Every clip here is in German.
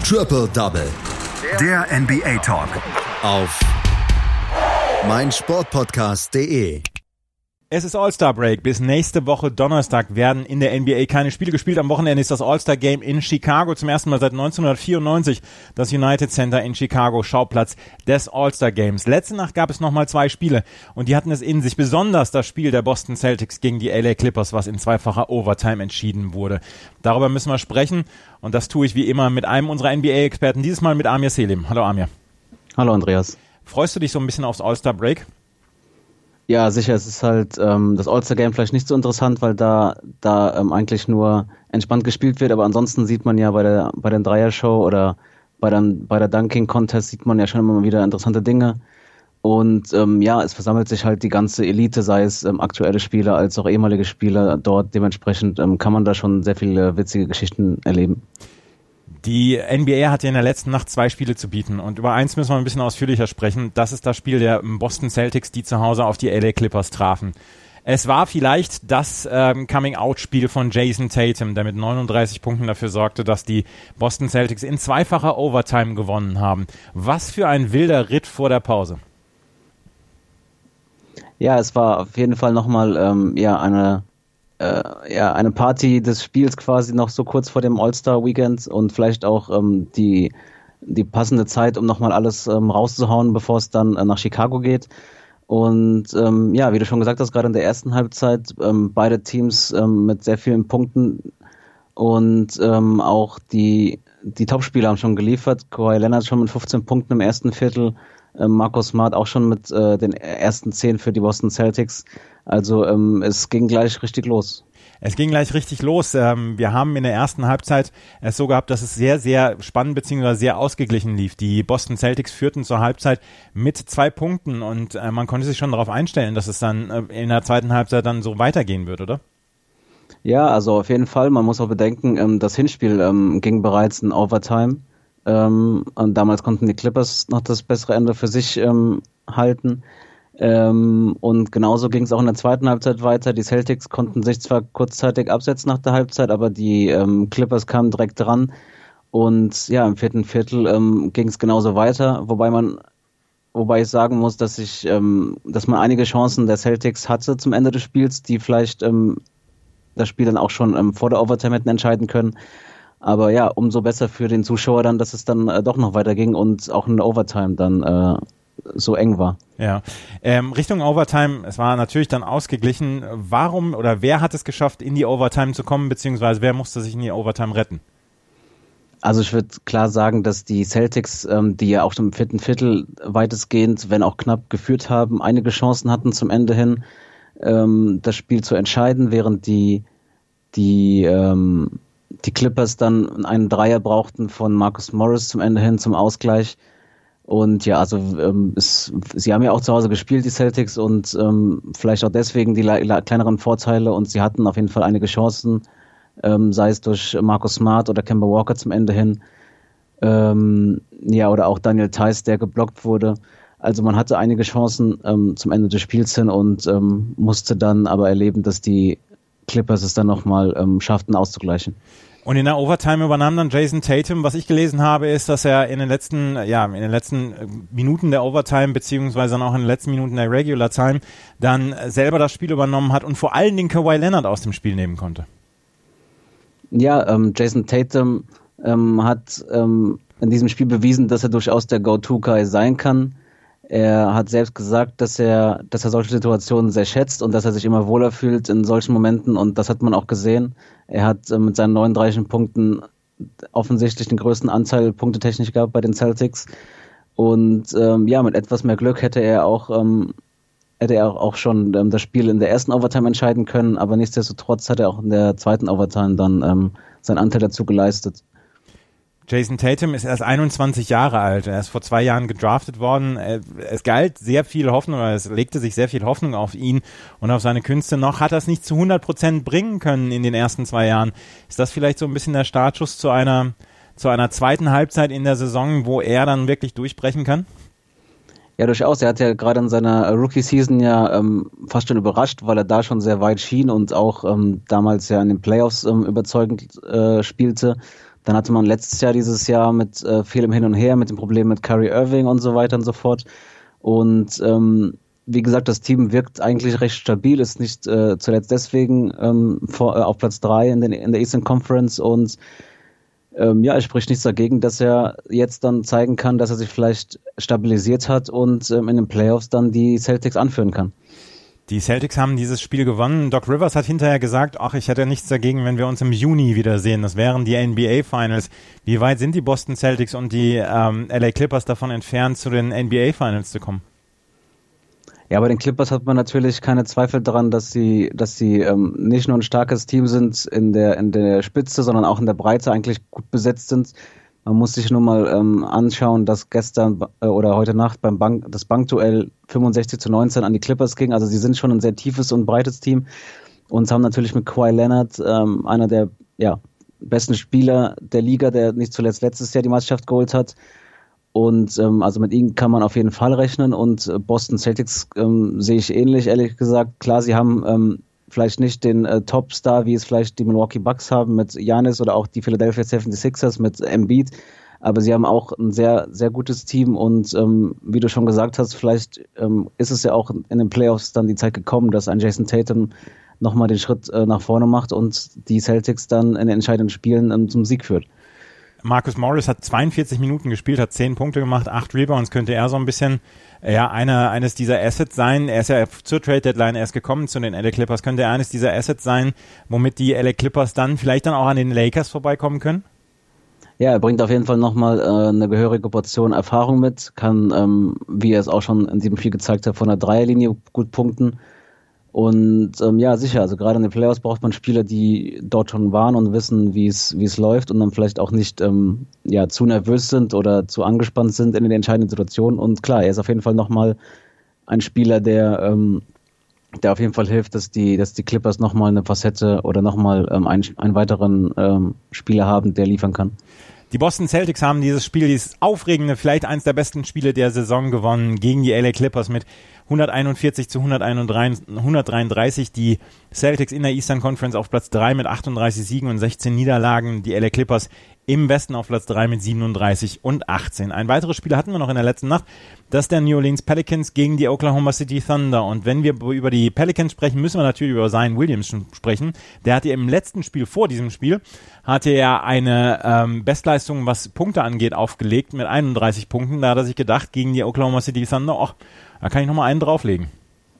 Triple Double. Der NBA Talk. Auf meinsportpodcast.de. Es ist All-Star Break. Bis nächste Woche Donnerstag werden in der NBA keine Spiele gespielt. Am Wochenende ist das All-Star Game in Chicago. Zum ersten Mal seit 1994 das United Center in Chicago Schauplatz des All-Star Games. Letzte Nacht gab es nochmal 2 Spiele und die hatten es in sich. Besonders das Spiel der Boston Celtics gegen die LA Clippers, was in zweifacher Overtime entschieden wurde. Darüber müssen wir sprechen und das tue ich wie immer mit einem unserer NBA-Experten. Dieses Mal mit Amir Selim. Hallo Amir. Hallo Andreas. Freust du dich so ein bisschen aufs All-Star Break? Ja, sicher, es ist halt das All-Star-Game vielleicht nicht so interessant, weil da eigentlich nur entspannt gespielt wird, aber ansonsten sieht man ja bei der Dreier-Show oder bei der Dunking-Contest sieht man ja schon immer mal wieder interessante Dinge und es versammelt sich halt die ganze Elite, sei es aktuelle Spieler als auch ehemalige Spieler dort, dementsprechend kann man da schon sehr viele witzige Geschichten erleben. Die NBA hat ja in der letzten Nacht 2 Spiele zu bieten und über eins müssen wir ein bisschen ausführlicher sprechen. Das ist das Spiel der Boston Celtics, die zu Hause auf die LA Clippers trafen. Es war vielleicht das Coming-Out-Spiel von Jason Tatum, der mit 39 Punkten dafür sorgte, dass die Boston Celtics in zweifacher Overtime gewonnen haben. Was für ein wilder Ritt vor der Pause. Ja, es war auf jeden Fall nochmal eine Party des Spiels quasi noch so kurz vor dem All-Star-Weekend und vielleicht auch die passende Zeit, um nochmal alles rauszuhauen, bevor es dann nach Chicago geht. Und wie du schon gesagt hast, gerade in der ersten Halbzeit beide Teams mit sehr vielen Punkten und auch die Topspieler haben schon geliefert. Kawhi Leonard schon mit 15 Punkten im ersten Viertel, Marcus Smart auch schon mit den ersten 10 für die Boston Celtics. Also es ging gleich richtig los. Es ging gleich richtig los. Wir haben in der ersten Halbzeit es so gehabt, dass es sehr, sehr spannend bzw. sehr ausgeglichen lief. Die Boston Celtics führten zur Halbzeit mit 2 Punkten und man konnte sich schon darauf einstellen, dass es dann in der zweiten Halbzeit dann so weitergehen wird, oder? Ja, also auf jeden Fall. Man muss auch bedenken, das Hinspiel ging bereits in Overtime. Und damals konnten die Clippers noch das bessere Ende für sich halten. Und genauso ging es auch in der zweiten Halbzeit weiter. Die Celtics konnten sich zwar kurzzeitig absetzen nach der Halbzeit, aber die Clippers kamen direkt dran. Und ja, im vierten Viertel ging es genauso weiter, wobei ich sagen muss, dass man einige Chancen der Celtics hatte zum Ende des Spiels, die vielleicht das Spiel dann auch schon vor der Overtime hätten entscheiden können. Aber ja, umso besser für den Zuschauer dann, dass es dann doch noch weiterging und auch in der Overtime dann so eng war. Ja, Richtung Overtime, es war natürlich dann ausgeglichen. Warum oder wer hat es geschafft, in die Overtime zu kommen, beziehungsweise wer musste sich in die Overtime retten? Also ich würde klar sagen, dass die Celtics, die ja auch im vierten Viertel weitestgehend, wenn auch knapp geführt haben, einige Chancen hatten zum Ende hin, das Spiel zu entscheiden, während die Clippers dann einen Dreier brauchten von Marcus Morris zum Ende hin zum Ausgleich. Und ja, also sie haben ja auch zu Hause gespielt, die Celtics, und vielleicht auch deswegen die kleineren Vorteile, und sie hatten auf jeden Fall einige Chancen, sei es durch Marcus Smart oder Kemba Walker zum Ende hin, oder auch Daniel Theis, der geblockt wurde. Also man hatte einige Chancen zum Ende des Spiels hin und musste dann aber erleben, dass die Clippers es dann nochmal schafften auszugleichen. Und in der Overtime übernahm dann Jason Tatum. Was ich gelesen habe, ist, dass er in den letzten Minuten der Overtime beziehungsweise dann auch in den letzten Minuten der Regular Time dann selber das Spiel übernommen hat und vor allen Dingen Kawhi Leonard aus dem Spiel nehmen konnte. Ja, Jason Tatum hat in diesem Spiel bewiesen, dass er durchaus der Go-To-Guy sein kann. Er hat selbst gesagt, dass er solche Situationen sehr schätzt und dass er sich immer wohler fühlt in solchen Momenten, und das hat man auch gesehen. Er hat mit seinen 39 Punkten offensichtlich den größten Anteil punktetechnisch gehabt bei den Celtics, und mit etwas mehr Glück hätte er auch schon das Spiel in der ersten Overtime entscheiden können, aber nichtsdestotrotz hat er auch in der zweiten Overtime dann seinen Anteil dazu geleistet. Jason Tatum ist erst 21 Jahre alt. Er ist vor 2 Jahren gedraftet worden. Es galt sehr viel Hoffnung, oder es legte sich sehr viel Hoffnung auf ihn und auf seine Künste. Noch hat er es nicht zu 100% bringen können in den ersten 2 Jahren. Ist das vielleicht so ein bisschen der Startschuss zu einer zweiten Halbzeit in der Saison, wo er dann wirklich durchbrechen kann? Ja, durchaus. Er hat ja gerade in seiner Rookie-Season fast schon überrascht, weil er da schon sehr weit schien und auch damals ja in den Playoffs überzeugend spielte. Dann hatte man letztes Jahr, dieses Jahr mit vielem Hin und Her, mit dem Problem mit Kyrie Irving und so weiter und so fort. Und wie gesagt, das Team wirkt eigentlich recht stabil, ist nicht zuletzt deswegen auf Platz 3 in der Eastern Conference und es spricht nichts dagegen, dass er jetzt dann zeigen kann, dass er sich vielleicht stabilisiert hat und in den Playoffs dann die Celtics anführen kann. Die Celtics haben dieses Spiel gewonnen. Doc Rivers hat hinterher gesagt, ich hätte nichts dagegen, wenn wir uns im Juni wiedersehen. Das wären die NBA Finals. Wie weit sind die Boston Celtics und die LA Clippers davon entfernt, zu den NBA Finals zu kommen? Ja, bei den Clippers hat man natürlich keine Zweifel daran, dass sie nicht nur ein starkes Team sind in der Spitze, sondern auch in der Breite eigentlich gut besetzt sind. Man muss sich nur mal anschauen, dass gestern oder heute Nacht das Bankduell 65-19 an die Clippers ging. Also sie sind schon ein sehr tiefes und breites Team und haben natürlich mit Kawhi Leonard einer der besten Spieler der Liga, der nicht zuletzt letztes Jahr die Meisterschaft geholt hat. Und also mit ihm kann man auf jeden Fall rechnen. Und Boston Celtics sehe ich ähnlich, ehrlich gesagt. Klar, sie haben vielleicht nicht den Topstar, wie es vielleicht die Milwaukee Bucks haben mit Giannis oder auch die Philadelphia 76ers mit Embiid. Aber sie haben auch ein sehr, sehr gutes Team und wie du schon gesagt hast, vielleicht ist es ja auch in den Playoffs dann die Zeit gekommen, dass ein Jason Tatum nochmal den Schritt nach vorne macht und die Celtics dann in den entscheidenden Spielen zum Sieg führt. Marcus Morris hat 42 Minuten gespielt, hat 10 Punkte gemacht, 8 Rebounds. Könnte er so ein bisschen eines dieser Assets sein. Er ist ja zur Trade-Deadline erst gekommen zu den LA Clippers. Könnte er eines dieser Assets sein, womit die LA Clippers dann vielleicht dann auch an den Lakers vorbeikommen können? Ja, er bringt auf jeden Fall nochmal eine gehörige Portion Erfahrung mit, kann, wie er es auch schon in diesem Spiel gezeigt hat, von der Dreierlinie gut punkten. Und sicher, also gerade in den Playoffs braucht man Spieler, die dort schon waren und wissen, wie es läuft und dann vielleicht auch nicht zu nervös sind oder zu angespannt sind in den entscheidenden Situationen. Und klar, er ist auf jeden Fall nochmal ein Spieler, der auf jeden Fall hilft, dass die Clippers nochmal eine Facette oder nochmal einen weiteren Spieler haben, der liefern kann. Die Boston Celtics haben dieses Spiel, dieses aufregende, vielleicht eines der besten Spiele der Saison gewonnen gegen die LA Clippers mit 141-133. Die Celtics in der Eastern Conference auf Platz 3 mit 38 Siegen und 16 Niederlagen. Die LA Clippers im Westen auf Platz 3 mit 37 und 18. Ein weiteres Spiel hatten wir noch in der letzten Nacht. Das ist der New Orleans Pelicans gegen die Oklahoma City Thunder. Und wenn wir über die Pelicans sprechen, müssen wir natürlich über Zion Williamson sprechen. Der hatte im letzten Spiel, vor diesem Spiel, hatte er eine Bestleistung, was Punkte angeht, aufgelegt mit 31 Punkten. Da hat er sich gedacht, gegen die Oklahoma City Thunder, da kann ich nochmal einen drauflegen.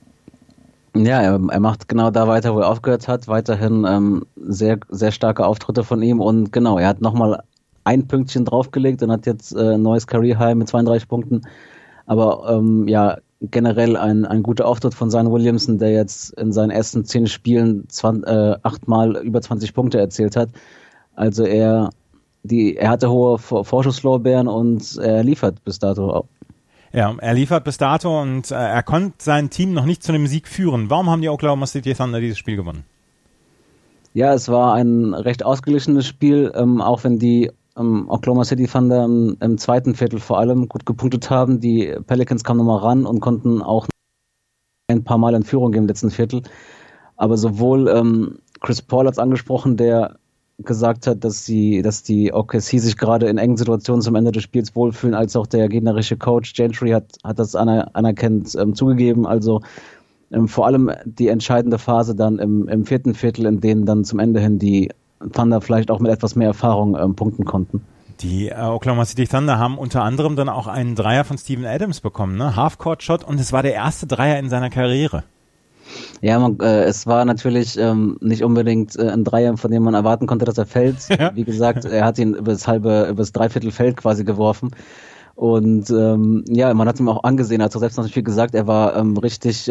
Ja, er macht genau da weiter, wo er aufgehört hat. Weiterhin sehr, sehr starke Auftritte von ihm. Und genau, er hat nochmal ein Pünktchen draufgelegt und hat jetzt ein neues Career High mit 32 Punkten. Aber generell ein guter Auftritt von Zion Williamson, der jetzt in seinen ersten 10 Spielen 8-mal über 20 Punkte erzielt hat. Also er hatte hohe Vorschusslorbeeren und er liefert bis dato auch. Ja, er liefert bis dato und er konnte sein Team noch nicht zu einem Sieg führen. Warum haben die Oklahoma City Thunder dieses Spiel gewonnen? Ja, es war ein recht ausgeglichenes Spiel, auch wenn die Oklahoma City Thunder im zweiten Viertel vor allem gut gepunktet haben. Die Pelicans kamen nochmal ran und konnten auch ein paar Mal in Führung gehen im letzten Viertel. Aber sowohl Chris Paul hat's angesprochen, der gesagt hat, dass die OKC sich gerade in engen Situationen zum Ende des Spiels wohlfühlen, als auch der gegnerische Coach Gentry hat das anerkennend zugegeben. Also vor allem die entscheidende Phase dann im vierten Viertel, in denen dann zum Ende hin die Thunder vielleicht auch mit etwas mehr Erfahrung punkten konnten. Die Oklahoma City Thunder haben unter anderem dann auch einen Dreier von Steven Adams bekommen, ne? Half-Court-Shot, und es war der erste Dreier in seiner Karriere. Ja, es war natürlich nicht unbedingt ein Dreier, von dem man erwarten konnte, dass er fällt. Ja. Wie gesagt, er hat ihn übers Dreiviertelfeld quasi geworfen. Und man hat ihm auch angesehen, er hat selbst natürlich gesagt, er war richtig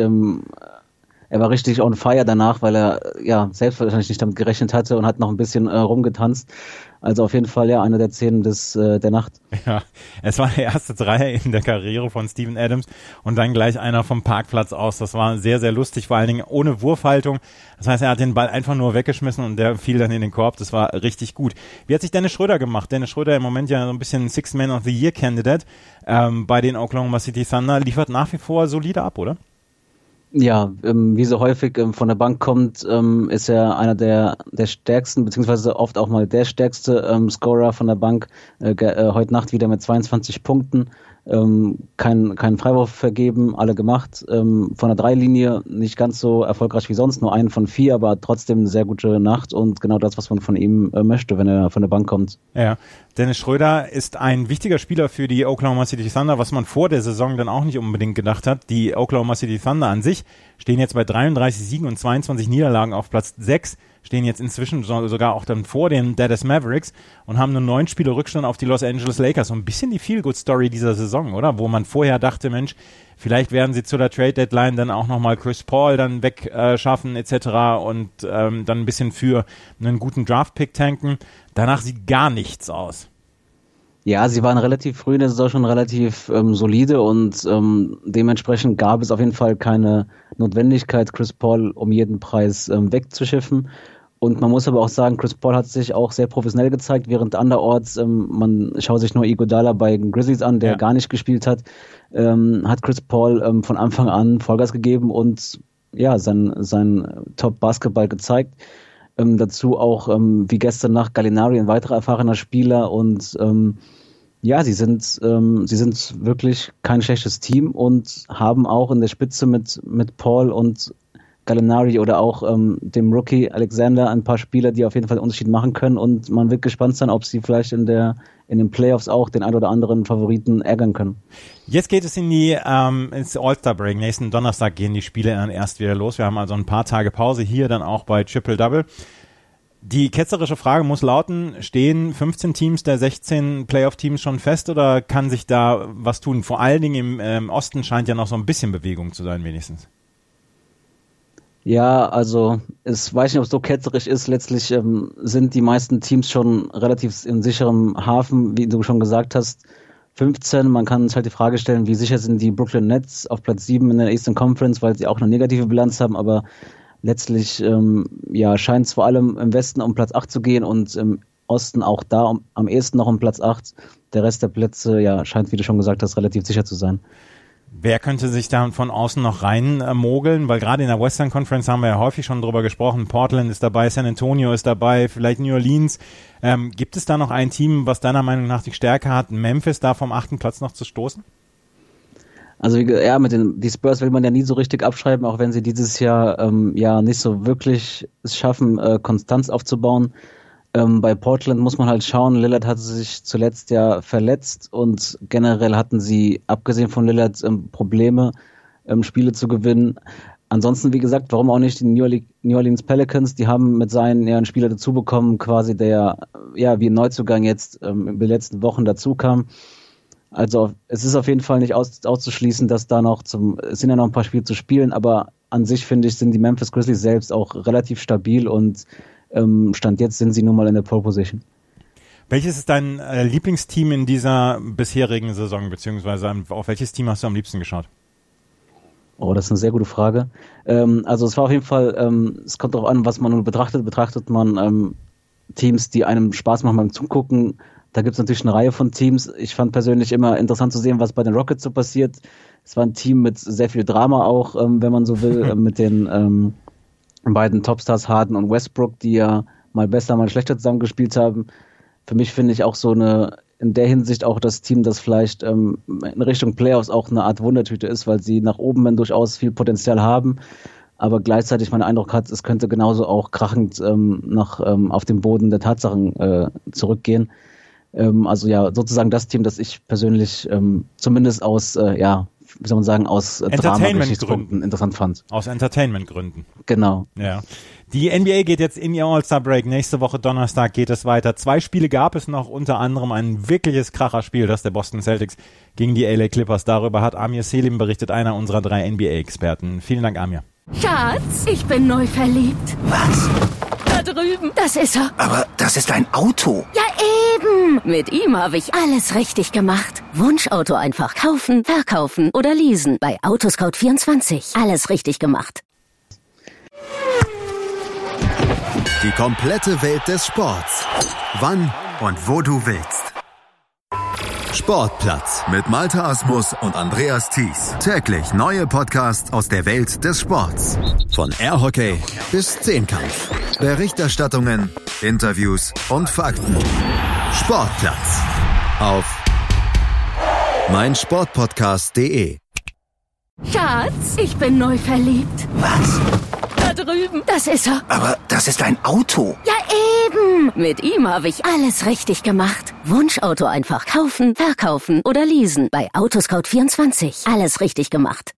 on fire danach, weil er selbst wahrscheinlich nicht damit gerechnet hatte und hat noch ein bisschen rumgetanzt. Also auf jeden Fall einer der Szenen der Nacht. Ja, es war der erste Dreier in der Karriere von Steven Adams und dann gleich einer vom Parkplatz aus. Das war sehr, sehr lustig, vor allen Dingen ohne Wurfhaltung. Das heißt, er hat den Ball einfach nur weggeschmissen und der fiel dann in den Korb. Das war richtig gut. Wie hat sich Dennis Schröder gemacht? Dennis Schröder im Moment ja so ein bisschen Sixth Man of the Year Candidate bei den Oklahoma City Thunder, liefert nach wie vor solide ab, oder? Ja, wie so häufig von der Bank kommt, ist er einer der stärksten, beziehungsweise oft auch mal der stärkste Scorer von der Bank. Heute Nacht wieder mit 22 Punkten. Keinen Freiwurf vergeben, alle gemacht. Von der Dreilinie nicht ganz so erfolgreich wie sonst, nur einen von 4, aber trotzdem eine sehr gute Nacht und genau das, was man von ihm möchte, wenn er von der Bank kommt. Ja, Dennis Schröder ist ein wichtiger Spieler für die Oklahoma City Thunder, was man vor der Saison dann auch nicht unbedingt gedacht hat. Die Oklahoma City Thunder an sich stehen jetzt bei 33 Siegen und 22 Niederlagen auf Platz 6. Stehen jetzt inzwischen sogar auch dann vor den Dallas Mavericks und haben nur 9 Spiele Rückstand auf die Los Angeles Lakers. So ein bisschen die Feel-Good-Story dieser Saison, oder? Wo man vorher dachte, Mensch, vielleicht werden sie zu der Trade-Deadline dann auch nochmal Chris Paul dann wegschaffen etc. und dann ein bisschen für einen guten Draft-Pick tanken. Danach sieht gar nichts aus. Ja, sie waren relativ früh in der Saison schon relativ solide und dementsprechend gab es auf jeden Fall keine Notwendigkeit, Chris Paul um jeden Preis wegzuschiffen. Und man muss aber auch sagen, Chris Paul hat sich auch sehr professionell gezeigt, während anderorts, man schaut sich nur Iguodala bei den Grizzlies an, der gar nicht gespielt hat, hat Chris Paul von Anfang an Vollgas gegeben und ja, sein Top-Basketball gezeigt. Dazu auch, wie gestern Nacht, Gallinari, ein weiterer erfahrener Spieler und ja, sie sind wirklich kein schlechtes Team und haben auch in der Spitze mit Paul und Gallinari oder auch dem Rookie Alexander ein paar Spieler, die auf jeden Fall einen Unterschied machen können und man wird gespannt sein, ob sie vielleicht in den Playoffs auch den ein oder anderen Favoriten ärgern können. Jetzt geht es ins All-Star-Break. Nächsten Donnerstag gehen die Spiele dann erst wieder los. Wir haben also ein paar Tage Pause hier dann auch bei Triple Double. Die ketzerische Frage muss lauten, stehen 15 Teams der 16 Playoff-Teams schon fest oder kann sich da was tun? Vor allen Dingen im Osten scheint ja noch so ein bisschen Bewegung zu sein wenigstens. Ja, also ich weiß nicht, ob es so ketzerisch ist. Letztlich sind die meisten Teams schon relativ in sicherem Hafen, wie du schon gesagt hast. 15, man kann sich halt die Frage stellen, wie sicher sind die Brooklyn Nets auf Platz 7 in der Eastern Conference, weil sie auch eine negative Bilanz haben, aber letztlich scheint es vor allem im Westen um Platz 8 zu gehen und im Osten auch da am ehesten noch um Platz 8. Der Rest der Plätze scheint, wie du schon gesagt hast, relativ sicher zu sein. Wer könnte sich da von außen noch rein mogeln? Weil gerade in der Western Conference haben wir ja häufig schon drüber gesprochen. Portland ist dabei, San Antonio ist dabei, vielleicht New Orleans. Gibt es da noch ein Team, was deiner Meinung nach die Stärke hat, Memphis da vom 8. Platz noch zu stoßen? Also die Spurs will man ja nie so richtig abschreiben, auch wenn sie dieses Jahr nicht so wirklich es schaffen, Konstanz aufzubauen. Bei Portland muss man halt schauen, Lillard hat sich zuletzt ja verletzt und generell hatten sie, abgesehen von Lillard, Probleme, Spiele zu gewinnen. Ansonsten, wie gesagt, warum auch nicht die New Orleans Pelicans, die haben mit seinen einen Spieler dazu bekommen, quasi der wie ein Neuzugang jetzt in den letzten Wochen dazu kam. Also es ist auf jeden Fall nicht auszuschließen, dass da noch es sind ja noch ein paar Spiele zu spielen, aber an sich finde ich, sind die Memphis Grizzlies selbst auch relativ stabil und Stand jetzt sind sie nun mal in der Pole Position. Welches ist dein Lieblingsteam in dieser bisherigen Saison, beziehungsweise auf welches Team hast du am liebsten geschaut? Oh, das ist eine sehr gute Frage. Also es war auf jeden Fall, es kommt darauf an, was man nun betrachtet. Betrachtet man Teams, die einem Spaß machen beim Zugucken. Da gibt es natürlich eine Reihe von Teams. Ich fand persönlich immer interessant zu sehen, was bei den Rockets so passiert. Es war ein Team mit sehr viel Drama auch, wenn man so will, mit den beiden Topstars Harden und Westbrook, die ja mal besser, mal schlechter zusammengespielt haben. Für mich finde ich auch in der Hinsicht auch das Team, das vielleicht in Richtung Playoffs auch eine Art Wundertüte ist, weil sie nach oben hin durchaus viel Potenzial haben, aber gleichzeitig mein Eindruck hat, es könnte genauso auch krachend auf den Boden der Tatsachen zurückgehen. Also ja, sozusagen das Team, das ich persönlich zumindest aus wie soll man sagen, aus Drama-Geschichtsgründen interessant fand. Aus Entertainment-Gründen. Genau. Ja. Die NBA geht jetzt in ihr All-Star-Break. Nächste Woche Donnerstag geht es weiter. 2 Spiele gab es noch, unter anderem ein wirkliches Kracherspiel, das der Boston Celtics gegen die LA Clippers. Darüber hat Amir Selim berichtet, einer unserer 3 NBA-Experten. Vielen Dank, Amir. Schatz, ich bin neu verliebt. Was? Da drüben. Das ist er. Aber das ist ein Auto. Ja, eben. Mit ihm habe ich alles richtig gemacht. Wunschauto einfach kaufen, verkaufen oder leasen. Bei Autoscout24. Alles richtig gemacht. Die komplette Welt des Sports. Wann und wo du willst. Sportplatz mit Malte Asmus und Andreas Thies. Täglich neue Podcasts aus der Welt des Sports. Von Airhockey bis Zehnkampf. Berichterstattungen, Interviews und Fakten. Sportplatz auf meinsportpodcast.de. Schatz, ich bin neu verliebt. Was? Da drüben. Das ist er. Aber das ist ein Auto. Ja, eben. Mit ihm habe ich alles richtig gemacht. Wunschauto einfach kaufen, verkaufen oder leasen. Bei Autoscout24. Alles richtig gemacht.